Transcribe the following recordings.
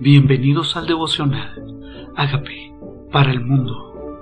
Bienvenidos al devocional Ágape para el mundo.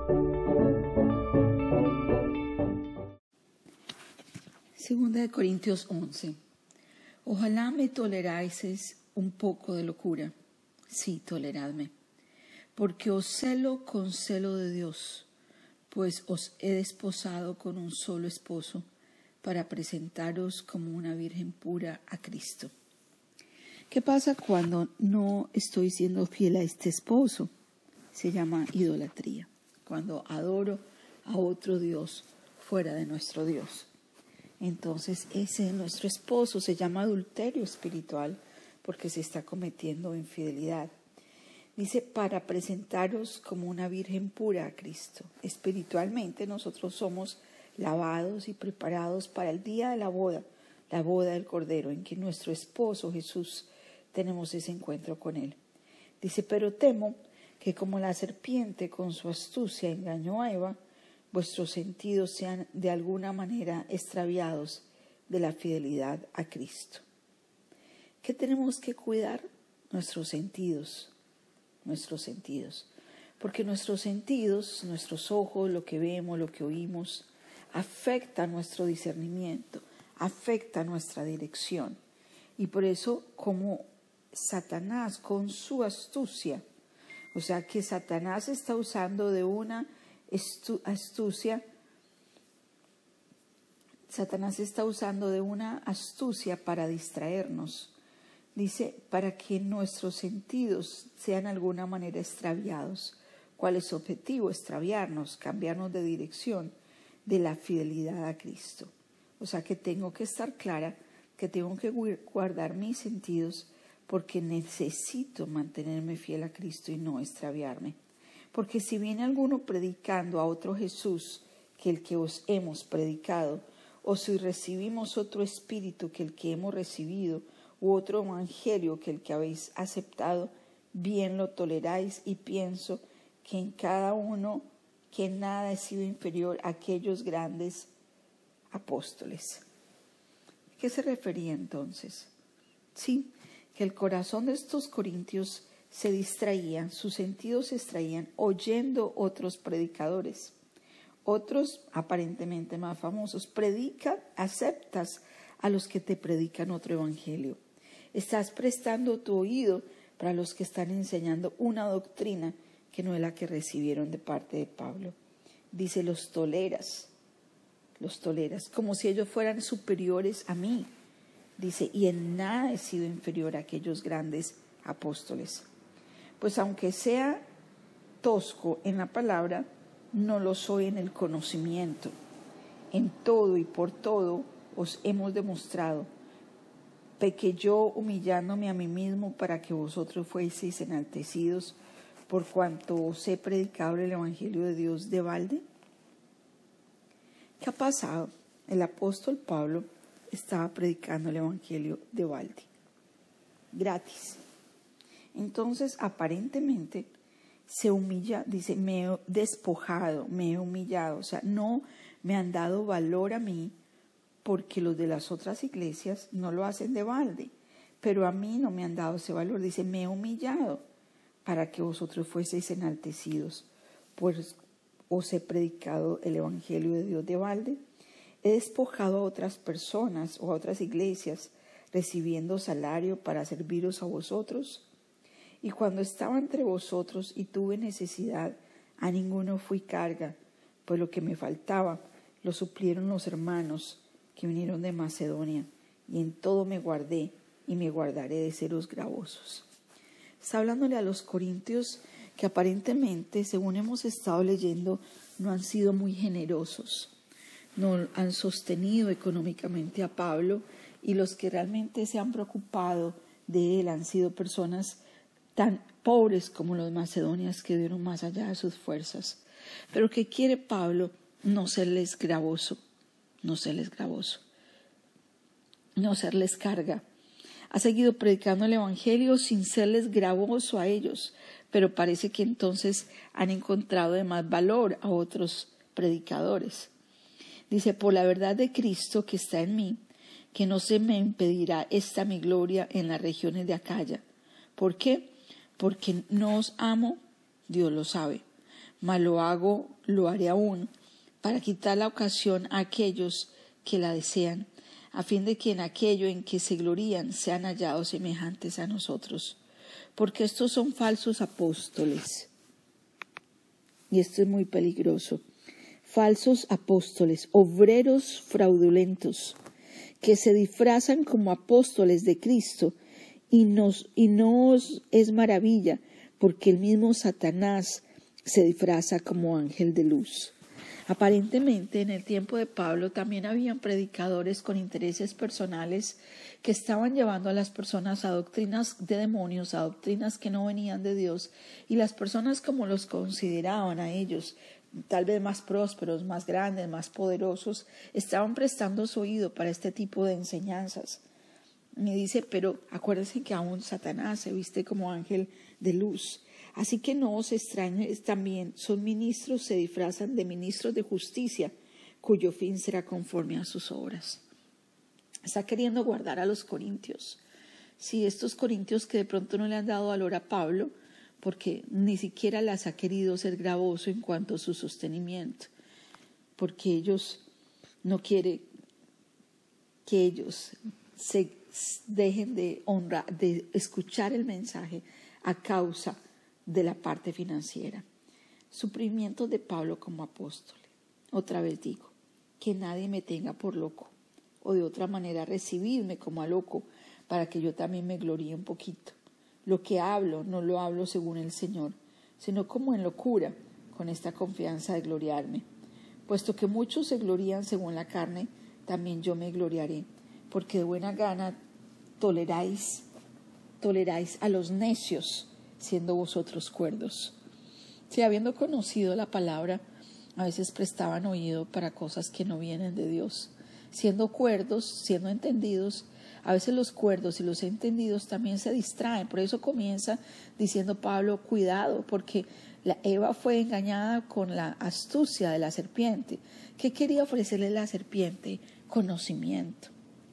Segunda de Corintios 11. Ojalá me toleráis un poco de locura. Sí, toleradme. Porque os celo con celo de Dios, pues os he desposado con un solo esposo, para presentaros como una virgen pura a Cristo. ¿Qué pasa cuando no estoy siendo fiel a este esposo? Se llama idolatría. Cuando adoro a otro Dios fuera de nuestro Dios. Entonces ese nuestro esposo se llama adulterio espiritual porque se está cometiendo infidelidad. Dice, para presentaros como una virgen pura a Cristo. Espiritualmente nosotros somos lavados y preparados para el día de la boda del Cordero, en que nuestro esposo Jesús tenemos ese encuentro con Él. Dice, pero temo que como la serpiente con su astucia engañó a Eva, vuestros sentidos sean de alguna manera extraviados de la fidelidad a Cristo. ¿Qué tenemos que cuidar? Nuestros sentidos. Porque nuestros sentidos, nuestros ojos, lo que vemos, lo que oímos, afecta nuestro discernimiento, afecta nuestra dirección. Y por eso, como Satanás con su astucia, o sea que Satanás está usando de una astucia para distraernos. Dice, para que nuestros sentidos sean de alguna manera extraviados. ¿Cuál es su objetivo? Extraviarnos, cambiarnos de dirección de la fidelidad a Cristo. O sea que tengo que estar clara, que tengo que guardar mis sentidos porque necesito mantenerme fiel a Cristo y no extraviarme. Porque si viene alguno predicando a otro Jesús que el que os hemos predicado, o si recibimos otro espíritu que el que hemos recibido, u otro evangelio que el que habéis aceptado, bien lo toleráis, y pienso que en cada uno que nada he sido inferior a aquellos grandes apóstoles. ¿Qué se refería entonces? Sí, que el corazón de estos corintios se distraía, sus sentidos se extraían oyendo otros predicadores, otros aparentemente más famosos. Aceptas a los que te predican otro evangelio. Estás prestando tu oído para los que están enseñando una doctrina que no es la que recibieron de parte de Pablo. Dice, los toleras, como si ellos fueran superiores a mí. Dice, y en nada he sido inferior a aquellos grandes apóstoles. Pues aunque sea tosco en la palabra, no lo soy en el conocimiento. En todo y por todo os hemos demostrado. Pequé yo humillándome a mí mismo para que vosotros fueseis enaltecidos por cuanto os he predicado el evangelio de Dios de balde. ¿Qué ha pasado? El apóstol Pablo estaba predicando el evangelio de balde, gratis. Entonces, aparentemente, se humilla, dice, me he despojado, me he humillado, o sea, no me han dado valor a mí, porque los de las otras iglesias no lo hacen de balde, pero a mí no me han dado ese valor. Dice, me he humillado para que vosotros fueseis enaltecidos, pues os he predicado el evangelio de Dios de balde. He despojado a otras personas o a otras iglesias, recibiendo salario para serviros a vosotros. Y cuando estaba entre vosotros y tuve necesidad, a ninguno fui carga, pues lo que me faltaba lo suplieron los hermanos que vinieron de Macedonia, y en todo me guardé y me guardaré de seros gravosos. Está hablándole a los corintios que aparentemente, según hemos estado leyendo, no han sido muy generosos, no han sostenido económicamente a Pablo, y los que realmente se han preocupado de él han sido personas tan pobres como los macedonios que dieron más allá de sus fuerzas. Pero ¿qué quiere Pablo? No serles gravoso, no serles carga. Ha seguido predicando el evangelio sin serles gravoso a ellos, pero parece que entonces han encontrado de más valor a otros predicadores. Dice, por la verdad de Cristo que está en mí, que no se me impedirá esta mi gloria en las regiones de Acaya. ¿Por qué? Porque no os amo, Dios lo sabe, mas lo haré aún, para quitar la ocasión a aquellos que la desean, a fin de que en aquello en que se glorían sean hallados semejantes a nosotros. Porque estos son falsos apóstoles. Y esto es muy peligroso. Falsos apóstoles, obreros fraudulentos, que se disfrazan como apóstoles de Cristo, y no os es maravilla, porque el mismo Satanás se disfraza como ángel de luz. Aparentemente, en el tiempo de Pablo también habían predicadores con intereses personales que estaban llevando a las personas a doctrinas de demonios, a doctrinas que no venían de Dios, y las personas, como los consideraban a ellos, tal vez más prósperos, más grandes, más poderosos, estaban prestando su oído para este tipo de enseñanzas. Me dice, pero acuérdense que aún Satanás se viste como ángel de luz. Así que no os extrañes también, son ministros, se disfrazan de ministros de justicia, cuyo fin será conforme a sus obras. Está queriendo guardar a los corintios. Sí, estos corintios que de pronto no le han dado valor a Pablo, porque ni siquiera las ha querido ser gravoso en cuanto a su sostenimiento, porque ellos no quieren que ellos se dejen de honrar, de escuchar el mensaje a causa de la parte financiera. Sufrimiento de Pablo como apóstol. Otra vez digo, que nadie me tenga por loco, o de otra manera recibidme como a loco, para que yo también me gloríe un poquito. Lo que hablo no lo hablo según el Señor, sino como en locura, con esta confianza de gloriarme. Puesto que muchos se glorían según la carne, también yo me gloriaré, porque de buena gana toleráis a los necios, siendo vosotros cuerdos. Si habiendo conocido la palabra, a veces prestaban oído para cosas que no vienen de Dios. Siendo cuerdos, siendo entendidos, a veces los cuerdos y los entendidos también se distraen. Por eso comienza diciendo Pablo, cuidado, porque Eva fue engañada con la astucia de la serpiente. ¿Qué quería ofrecerle la serpiente? Conocimiento.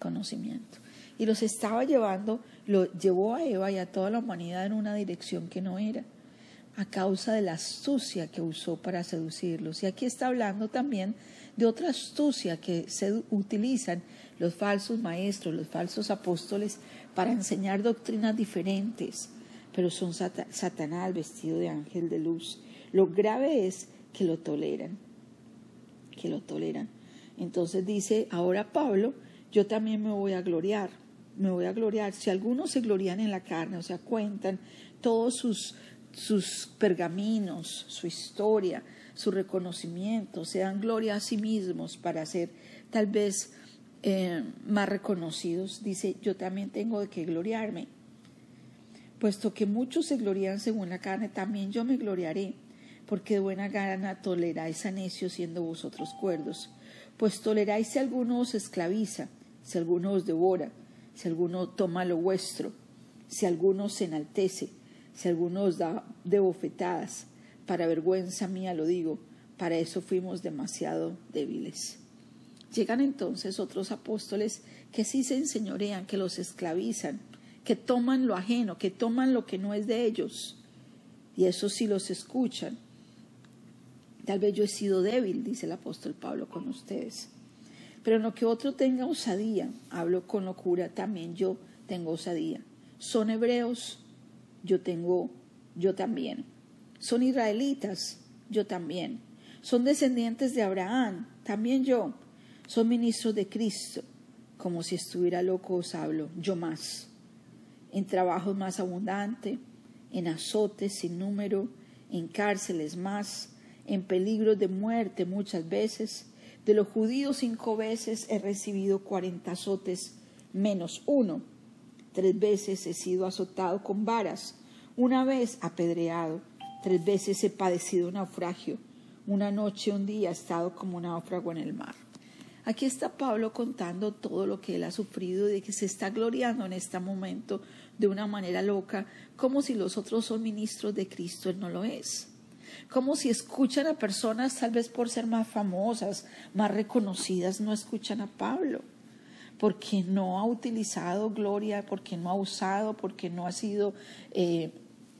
Y los estaba llevando, lo llevó a Eva y a toda la humanidad en una dirección que no era, a causa de la astucia que usó para seducirlos. Y aquí está hablando también de otra astucia que se utilizan los falsos maestros, los falsos apóstoles, para enseñar doctrinas diferentes, pero son Satanás vestido de ángel de luz. Lo grave es que lo toleran. Entonces dice ahora Pablo, yo también me voy a gloriar. Si algunos se glorían en la carne, o sea, cuentan todos sus pergaminos, su historia, su reconocimiento, se dan gloria a sí mismos para ser tal vez más reconocidos. Dice, yo también tengo de qué gloriarme. Puesto que muchos se glorían según la carne, también yo me gloriaré, porque de buena gana toleráis a necios siendo vosotros cuerdos. Pues toleráis si alguno os esclaviza, si alguno os devora, si alguno toma lo vuestro, si alguno se enaltece, si alguno os da de bofetadas. Para vergüenza mía lo digo, para eso fuimos demasiado débiles. Llegan entonces otros apóstoles que sí se enseñorean, que los esclavizan, que toman lo ajeno, que toman lo que no es de ellos. Y eso sí los escuchan. Tal vez yo he sido débil, dice el apóstol Pablo con ustedes. Pero en lo que otro tenga osadía, hablo con locura, también yo tengo osadía. Son hebreos, yo también. Son israelitas, yo también. Son descendientes de Abraham, también yo. Son ministros de Cristo, como si estuviera loco os hablo, yo más. En trabajos más abundante, en azotes sin número, en cárceles más, en peligros de muerte muchas veces. De los judíos 5 veces he recibido 40 azotes menos 1. 3 veces he sido azotado con varas, 1 vez apedreado, 3 veces he padecido naufragio, 1 noche, 1 día he estado como náufrago en el mar. Aquí está Pablo contando todo lo que él ha sufrido y de que se está gloriando en este momento de una manera loca, como si los otros son ministros de Cristo, él no lo es. Como si escuchan a personas tal vez por ser más famosas, más reconocidas, no escuchan a Pablo, porque no ha utilizado gloria, porque no ha usado, porque no ha sido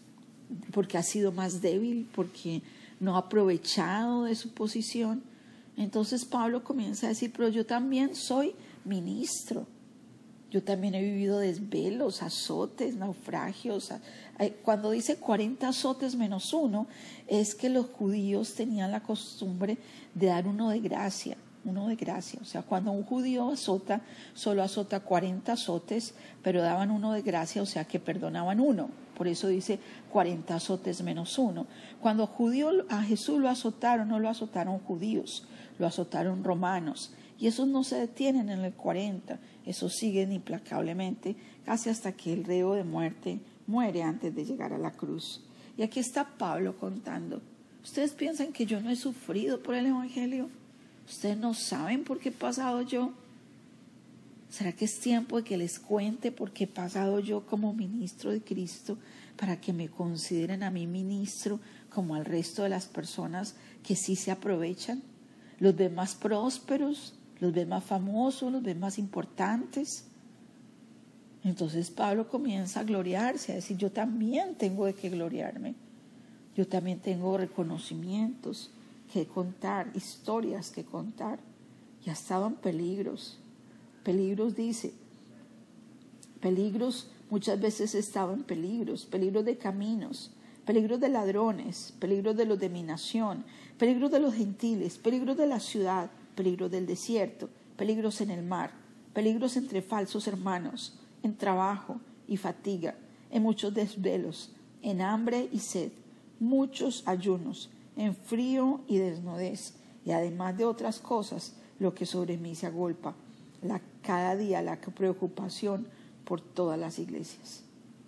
porque ha sido más débil, porque no ha aprovechado de su posición. Entonces Pablo comienza a decir, pero yo también soy ministro. Yo también he vivido desvelos, azotes, naufragios. Cuando dice 40 azotes menos uno, es que los judíos tenían la costumbre de dar uno de gracia. O sea, cuando un judío azota, solo azota 40 azotes, pero daban uno de gracia, o sea que perdonaban uno. Por eso dice 40 azotes menos uno. Cuando a Jesús lo azotaron, no lo azotaron judíos, lo azotaron romanos. Y esos no se detienen en el 40, esos siguen implacablemente, casi hasta que el reo de muerte muere antes de llegar a la cruz. Y aquí está Pablo contando. ¿Ustedes piensan que yo no he sufrido por el Evangelio? ¿Ustedes no saben por qué he pasado yo? ¿Será que es tiempo de que les cuente por qué he pasado yo como ministro de Cristo, para que me consideren a mí ministro como al resto de las personas que sí se aprovechan? ¿Los ven más prósperos? ¿Los ven más famosos? ¿Los ven más importantes? Entonces Pablo comienza a gloriarse, a decir, yo también tengo de qué gloriarme. Yo también tengo reconocimientos que contar, historias que contar. Y ha estado en peligros. Peligros, dice. Peligros, muchas veces he estado en peligros. Peligros de caminos, peligros de ladrones, peligros de los de mi nación, peligros de los gentiles, peligros de la ciudad, peligros del desierto, peligros en el mar, peligros entre falsos hermanos, en trabajo y fatiga, en muchos desvelos, en hambre y sed, muchos ayunos, en frío y desnudez, y además de otras cosas, lo que sobre mí se agolpa, cada día la preocupación por todas las iglesias.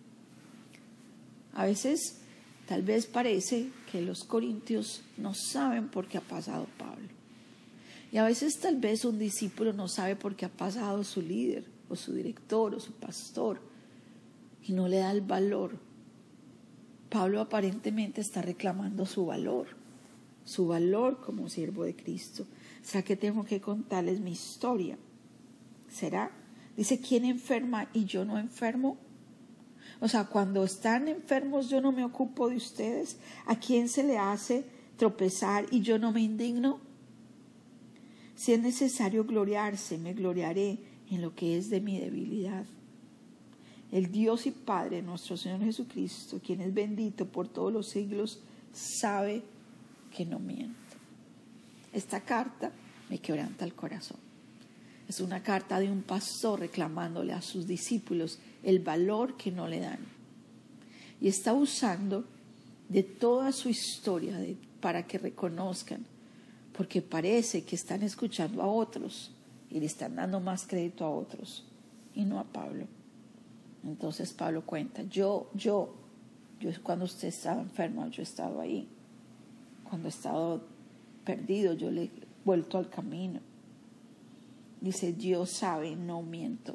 A veces, tal vez parece que los corintios no saben por qué ha pasado Pablo. Y a veces tal vez un discípulo no sabe por qué ha pasado su líder, o su director, o su pastor, y no le da el valor. Pablo aparentemente está reclamando su valor como siervo de Cristo. ¿Será que tengo que contarles mi historia? ¿Será? Dice, ¿quién enferma y yo no enfermo? O sea, cuando están enfermos yo no me ocupo de ustedes. ¿A quién se le hace tropezar y yo no me indigno? Si es necesario gloriarse, me gloriaré en lo que es de mi debilidad. El Dios y Padre, nuestro Señor Jesucristo, quien es bendito por todos los siglos, sabe que no miento. Esta carta me quebranta el corazón. Es una carta de un pastor reclamándole a sus discípulos el valor que no le dan. Y está usando de toda su historia para que reconozcan, porque parece que están escuchando a otros y le están dando más crédito a otros y no a Pablo. Entonces Pablo cuenta, yo cuando usted estaba enfermo, yo he estado ahí. Cuando he estado perdido, yo le he vuelto al camino. Dice, Dios sabe, no miento.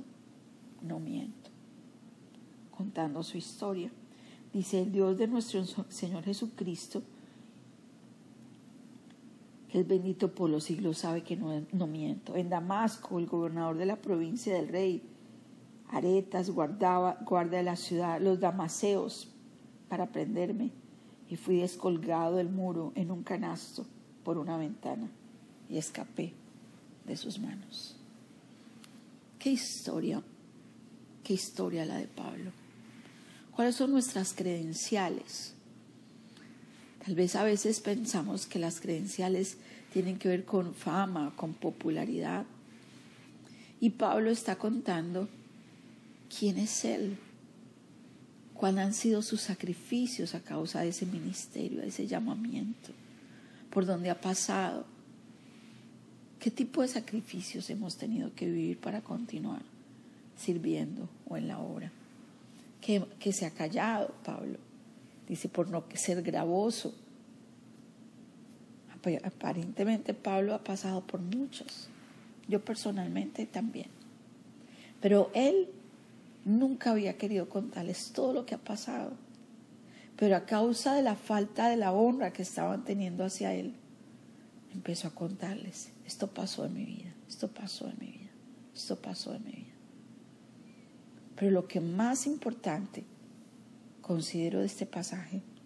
Contando su historia. Dice, el Dios de nuestro Señor Jesucristo, que es bendito por los siglos, sabe que no miento. En Damasco, el gobernador de la provincia del rey Aretas guarda de la ciudad los damaseos para prenderme, y fui descolgado del muro en un canasto por una ventana y escapé de sus manos. Qué historia la de Pablo. ¿Cuáles son nuestras credenciales? Tal vez a veces pensamos que las credenciales tienen que ver con fama, con popularidad. Y Pablo está contando quién es él, cuáles han sido sus sacrificios a causa de ese ministerio, de ese llamamiento, por dónde ha pasado, qué tipo de sacrificios hemos tenido que vivir para continuar sirviendo o en la obra. Que se ha callado Pablo, dice, por no ser gravoso. Aparentemente Pablo ha pasado por muchos, yo personalmente también, pero él nunca había querido contarles todo lo que ha pasado, pero a causa de la falta de la honra que estaban teniendo hacia él, empezó a contarles, esto pasó en mi vida, esto pasó en mi vida, esto pasó en mi vida. Pero lo que más importante considero de este pasaje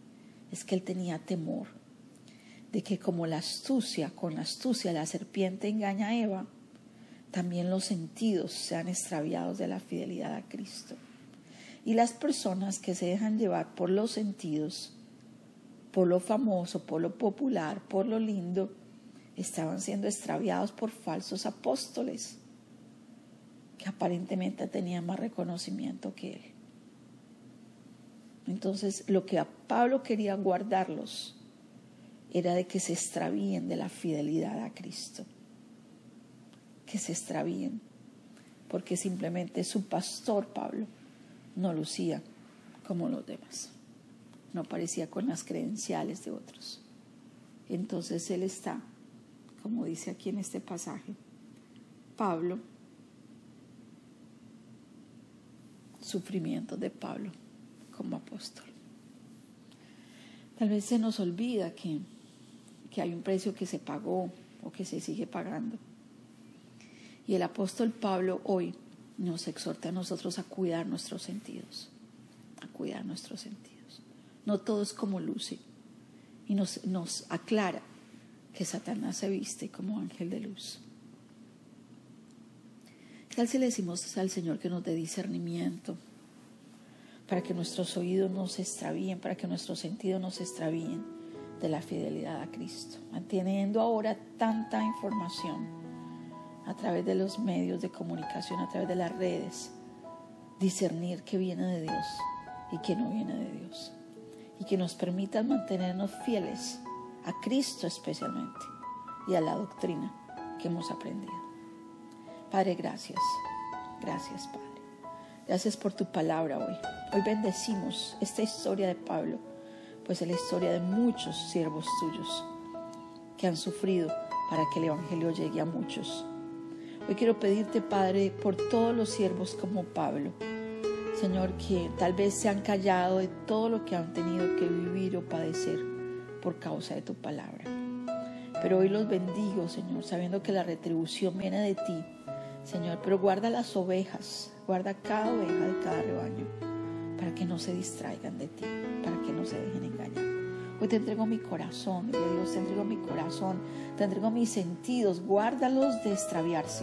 es que él tenía temor de que como con la astucia la serpiente engaña a Eva, también los sentidos sean extraviados de la fidelidad a Cristo. Y las personas que se dejan llevar por los sentidos, por lo famoso, por lo popular, por lo lindo, estaban siendo extraviados por falsos apóstoles que aparentemente tenían más reconocimiento que él. Entonces, lo que a Pablo quería guardarlos era de que se extravíen de la fidelidad a Cristo. Que se extravíen, porque simplemente su pastor Pablo no lucía como los demás, no parecía con las credenciales de otros. Entonces él está, como dice aquí en este pasaje, Pablo, sufrimiento de Pablo como apóstol. Tal vez se nos olvida que hay un precio que se pagó o que se sigue pagando. Y el apóstol Pablo hoy nos exhorta a nosotros a cuidar nuestros sentidos, No todo es como luce, y nos aclara que Satanás se viste como ángel de luz. ¿Qué tal si le decimos al Señor que nos dé discernimiento para que nuestros oídos no se extravíen, para que nuestros sentidos no se extravíen de la fidelidad a Cristo? Teniendo ahora tanta información a través de los medios de comunicación, a través de las redes, discernir qué viene de Dios y qué no viene de Dios, y que nos permitan mantenernos fieles a Cristo especialmente y a la doctrina que hemos aprendido. Padre, gracias, Padre. Gracias por tu palabra hoy. Hoy bendecimos esta historia de Pablo, pues es la historia de muchos siervos tuyos que han sufrido para que el evangelio llegue a muchos. Hoy quiero pedirte, Padre, por todos los siervos como Pablo, Señor, que tal vez se han callado de todo lo que han tenido que vivir o padecer por causa de tu palabra. Pero hoy los bendigo, Señor, sabiendo que la retribución viene de ti, Señor. Pero guarda las ovejas, guarda cada oveja de cada rebaño, para que no se distraigan de ti, para que no se dejen engañar. Hoy te entrego mi corazón, Dios, te entrego mi corazón, te entrego mis sentidos, guárdalos de extraviarse.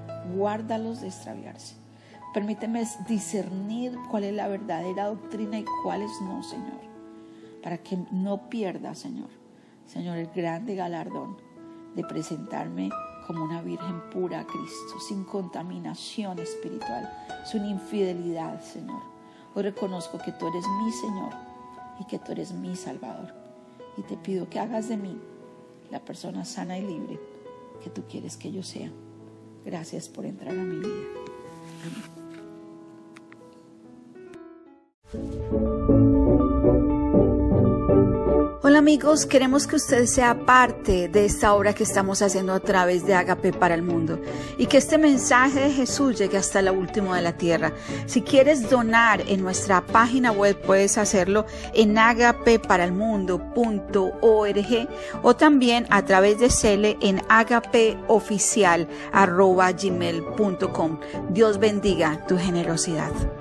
Permíteme discernir cuál es la verdadera doctrina y cuáles no, Señor, para que no pierda, Señor, el grande galardón de presentarme como una virgen pura a Cristo, sin contaminación espiritual, sin infidelidad, Señor. Hoy reconozco que tú eres mi Señor y que tú eres mi Salvador, y te pido que hagas de mí la persona sana y libre que tú quieres que yo sea. Gracias por entrar a mi vida. Amén. Hola amigos, queremos que usted sea parte de esta obra que estamos haciendo a través de Ágape para el mundo y que este mensaje de Jesús llegue hasta lo último de la tierra. Si quieres donar en nuestra página web, puedes hacerlo en agapeparalmundo.org o también a través de Cele en agapeoficial@gmail.com. Dios bendiga tu generosidad.